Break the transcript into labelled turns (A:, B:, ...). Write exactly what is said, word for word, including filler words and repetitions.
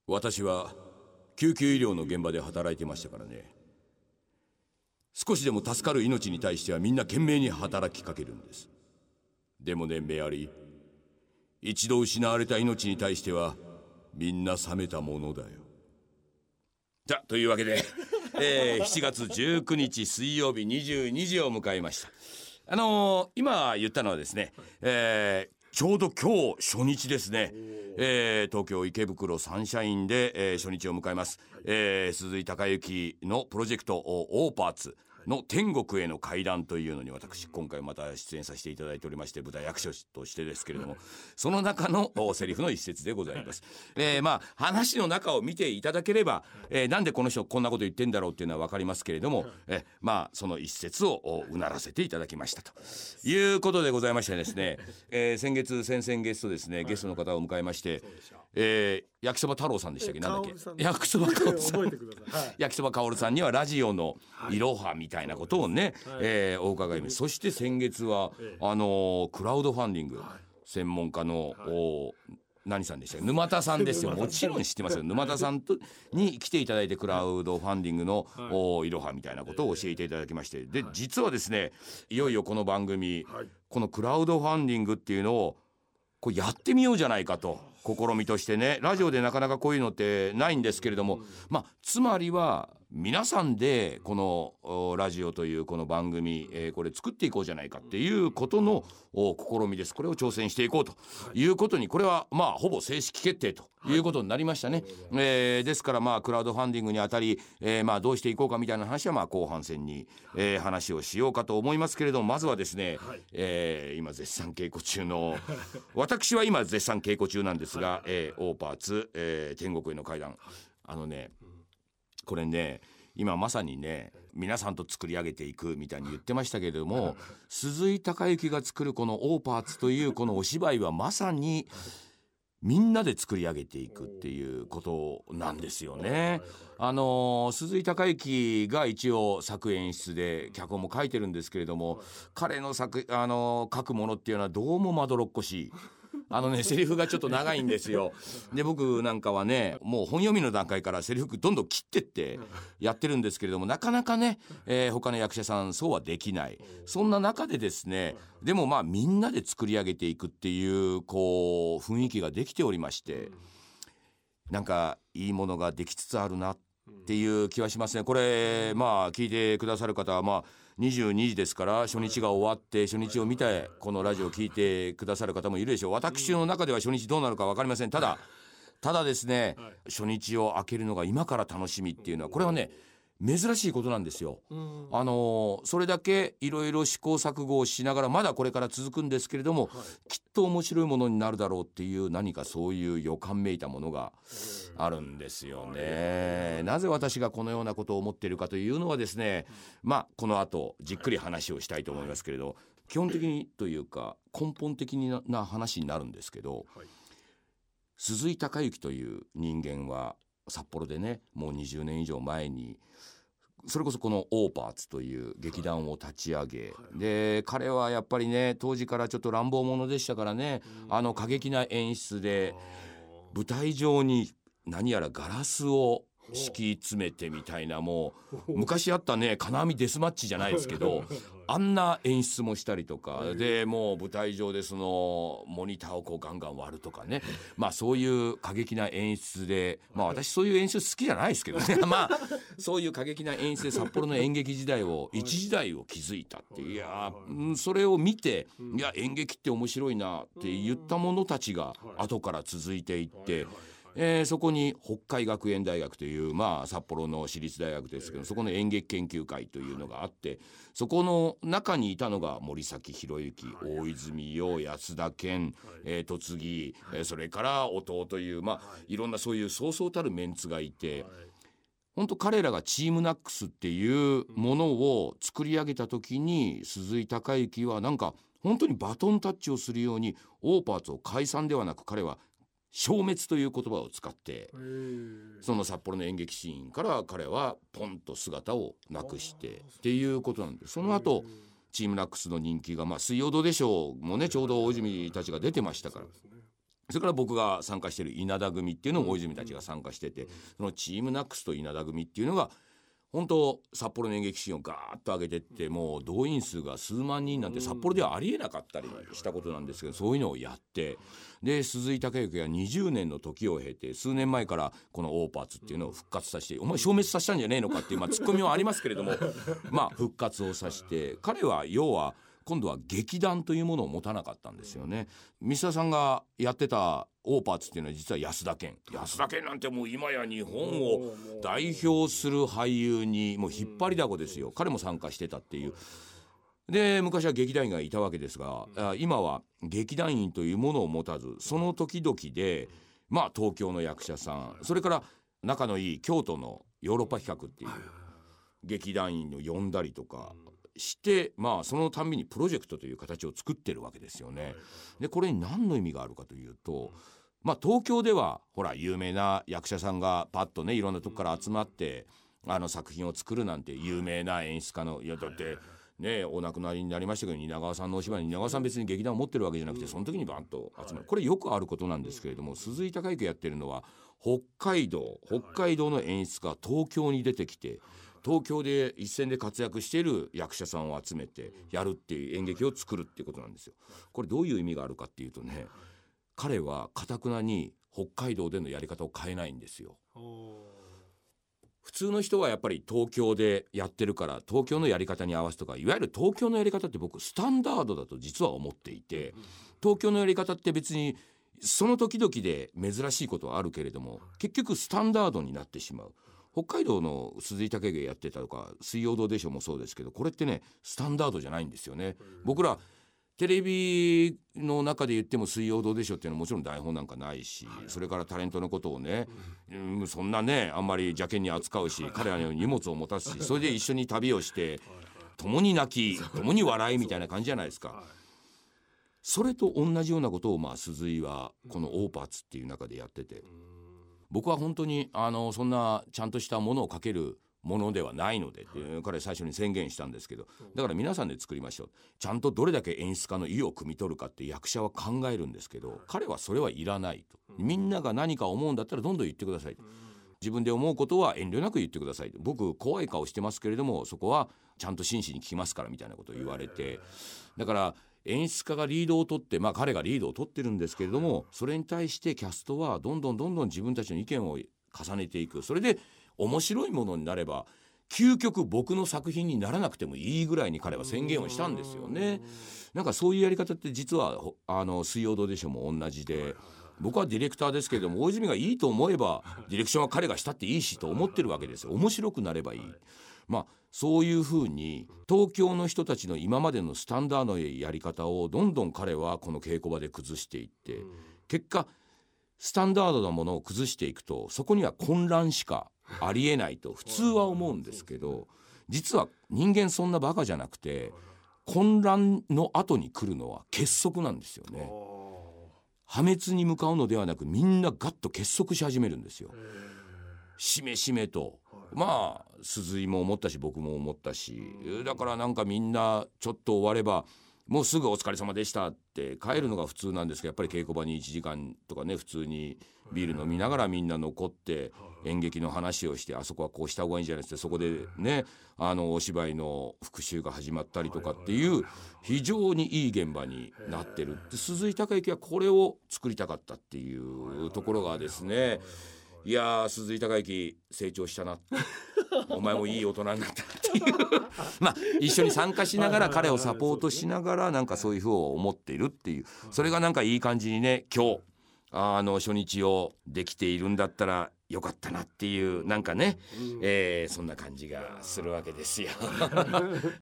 A: 私は救急医療の現場で働いてましたからね。少しでも助かる命に対してはみんな懸命に働きかけるんです。でもねメアリー、一度失われた命に対してはみんな冷めたものだよ。じゃというわけで、えー、しちがつじゅうくにち水曜日にじゅうにじを迎えました。あのー、今言ったのはですね、えーちょうど今日初日ですね、えー、東京池袋サンシャインで、えー、初日を迎えます、えー、鈴井貴之のプロジェクトオーパーツの天国への階段というのに私今回また出演させていただいておりまして、舞台役者としてですけれども、その中のセリフの一節でございます。えー、まあ話の中を見ていただければ、えー、なんでこの人こんなこと言ってんだろうっていうのは分かりますけれども、えー、まあその一節をうならせていただきましたということでございましてですね、えー、先月先々月とですねゲストの方を迎えまして、えー、焼きそば太郎さんでしたっけ、なんだっけ、焼きそばかおるさん焼きそばかおるさんにはラジオのいろはみたいなことをね、はい、えー、お伺います。そして先月は、ええ、あのー、クラウドファンディング、はい、専門家の、はい、お何さんでした沼田さんですよもちろん知ってますよ沼田さんとに来ていただいてクラウドファンディングの、はい、おいろはみたいなことを教えていただきまして、で実はですねいよいよこの番組、はい、このクラウドファンディングっていうのをこうやってみようじゃないかと試みとしてね、ラジオでなかなかこういうのってないんですけれども、まあつまりは皆さんでこのラジオというこの番組、えー、これ作っていこうじゃないかっていうことの試みです。これを挑戦していこうということに、これはまあほぼ正式決定ということになりましたね、えー、ですからまあクラウドファンディングにあたり、えー、まあどうしていこうかみたいな話はまあ後半戦に、えー、話をしようかと思いますけれども、まずはですね、えー、今絶賛稽古中の私は今絶賛稽古中なんですが、えー、オーパーツ、えー、天国への階段、あのねこれね今まさにね皆さんと作り上げていくみたいに言ってましたけれども、鈴井貴之が作るこのオーパーツというこのお芝居はまさにみんなで作り上げていくっていうことなんですよね。あの鈴井貴之が一応作演出で脚本も書いてるんですけれども、彼の作あの書くものっていうのはどうもまどろっこしいあのねセリフがちょっと長いんですよ。で僕なんかはねもう本読みの段階からセリフどんどん切ってってやってるんですけれども、なかなかね、えー、他の役者さんそうはできない。そんな中でですね、でもまあみんなで作り上げていくっていうこう雰囲気ができておりまして、なんかいいものができつつあるなっていう気はしますね。これまあ聞いてくださる方はまあにじゅうにじですから初日が終わって初日を見てこのラジオを聞いてくださる方もいるでしょう。私の中では初日どうなるか分かりません。ただただですね、初日を開けるのが今から楽しみっていうのはこれはね珍しいことなんですよ。あのそれだけいろいろ試行錯誤をしながらまだこれから続くんですけれども、はい、きっと面白いものになるだろうっていう何かそういう予感めいたものがあるんですよね。なぜ私がこのようなことを思っているかというのはですね、まあこの後じっくり話をしたいと思いますけれど、基本的にというか根本的な話になるんですけど、鈴井貴之という人間は札幌でねもうにじゅうねん以上前にそれこそこのオーパーツという劇団を立ち上げ、で彼はやっぱりね当時からちょっと乱暴者でしたからね、あの過激な演出で舞台上に何やらガラスを敷き詰めてみたいな、もう昔あったね金網デスマッチじゃないですけどあんな演出もしたりとかで、もう舞台上でそのモニターをこうガンガン割るとかね、まあそういう過激な演出で、まあ私そういう演出好きじゃないですけどねまあそういう過激な演出で札幌の演劇時代を一時代を築いたって、いやそれを見ていや演劇って面白いなって言った者たちが後から続いていって、えー、そこに北海学園大学という、まあ、札幌の私立大学ですけど、そこの演劇研究会というのがあって、そこの中にいたのが森崎博之、大泉洋、安田顕、えー、戸次、えー、それから弟という、まあ、いろんなそういうそうそうたるメンツがいて、本当彼らがチームナックスっていうものを作り上げた時に、鈴井貴之はなんか本当にバトンタッチをするようにオーパーツを解散ではなく彼は消滅という言葉を使って、その札幌の演劇シーンから彼はポンと姿をなくしてっていうことなんで、その後チームナックスの人気が、まあ、水曜どうでしょうもねちょうど大泉たちが出てましたから、 それから僕が参加している稲田組っていうのも大泉たちが参加してて、そのチームナックスと稲田組っていうのが本当札幌の演劇シーンをガーッと上げてって、もう動員数が数万人なんて札幌ではありえなかったりしたことなんですけど、そういうのをやって、で鈴井貴之がにじゅうねんの時を経て数年前からこのオーパーツっていうのを復活させて、お前消滅させたんじゃねえのかっていう、まあ、ツッコミはありますけれどもまあ復活をさせて、彼は要は今度は劇団というものを持たなかったんですよね。三沢さんがやってたオーパーツっていうのは実は安田顕安田顕なんてもう今や日本を代表する俳優にもう引っ張りだこですよ。彼も参加してたっていう。で昔は劇団員がいたわけですが、今は劇団員というものを持たず、その時々でまあ東京の役者さん、それから仲のいい京都のヨーロッパ企画っていう劇団員を呼んだりとかして、まあそのたんびにプロジェクトという形を作ってるわけですよね。でこれに何の意味があるかというと、まあ東京ではほら有名な役者さんがパッとねいろんなとこから集まってあの作品を作るなんて有名な演出家の、いやだってねお亡くなりになりましたけど蜷川さんのお芝居に蜷川さん別に劇団を持ってるわけじゃなくて、その時にバンと集まる、これよくあることなんですけれども、鈴井貴之やってるのは北海道北海道の演出家が東京に出てきて、東京で一線で活躍している役者さんを集めてやるっていう演劇を作るっていうことなんですよ。これどういう意味があるかっていうとね、彼は堅くなに北海道でのやり方を変えないんですよ。普通の人はやっぱり東京でやってるから東京のやり方に合わせとか、いわゆる東京のやり方って僕スタンダードだと実は思っていて、東京のやり方って別にその時々で珍しいことはあるけれども結局スタンダードになってしまう。北海道の鈴井貴之がやってたとか水曜どうでしょうもそうですけど、これってねスタンダードじゃないんですよね。僕らテレビの中で言っても水曜どうでしょうっていうのはもちろん台本なんかないし、それからタレントのことをね、うん、そんなねあんまり邪険に扱うし、彼らに荷物を持たすし、それで一緒に旅をして共に泣き共に笑いみたいな感じじゃないですか。それと同じようなことをまあ鈴井はこのオーパーツっていう中でやってて、僕は本当にあのそんなちゃんとしたものをかけるものではないのでっていう彼最初に宣言したんですけど、だから皆さんで作りましょう、ちゃんとどれだけ演出家の意を汲み取るかって役者は考えるんですけど、彼はそれはいらないと。みんなが何か思うんだったらどんどん言ってくださいと、自分で思うことは遠慮なく言ってくださいと、僕怖い顔してますけれどもそこはちゃんと真摯に聞きますからみたいなことを言われて、だから演出家がリードを取って、まあ彼がリードを取ってるんですけれども、それに対してキャストはどんどんどんどん自分たちの意見を重ねていく。それで面白いものになれば究極僕の作品にならなくてもいいぐらいに彼は宣言をしたんですよね。なんかそういうやり方って実はあの水曜どうでしょうも同じで、僕はディレクターですけれども大泉がいいと思えばディレクションは彼がしたっていいしと思ってるわけですよ。面白くなればいい。まあそういうふうに東京の人たちの今までのスタンダードのやり方をどんどん彼はこの稽古場で崩していって、結果スタンダードなものを崩していくとそこには混乱しかありえないと普通は思うんですけど、実は人間そんなバカじゃなくて混乱の後に来るのは結束なんですよね。破滅に向かうのではなくみんなガッと結束し始めるんですよ。しめしめと、まあ鈴井も思ったし僕も思ったし、だからなんかみんなちょっと終わればもうすぐお疲れ様でしたって帰るのが普通なんですけど、やっぱり稽古場にいちじかんとかね普通にビール飲みながらみんな残って演劇の話をして、あそこはこうした方がいいんじゃないですか、そこでねあのお芝居の復習が始まったりとかっていう非常にいい現場になってる。で鈴井貴之はこれを作りたかったっていうところがですね、いやー鈴井貴之成長したなお前もいい大人になったっていうまあ一緒に参加しながら彼をサポートしながらなんかそういうふうを思っているっていう、それがなんかいい感じにね今日あの初日をできているんだったらよかったなっていうなんかね、えー、そんな感じがするわけですよ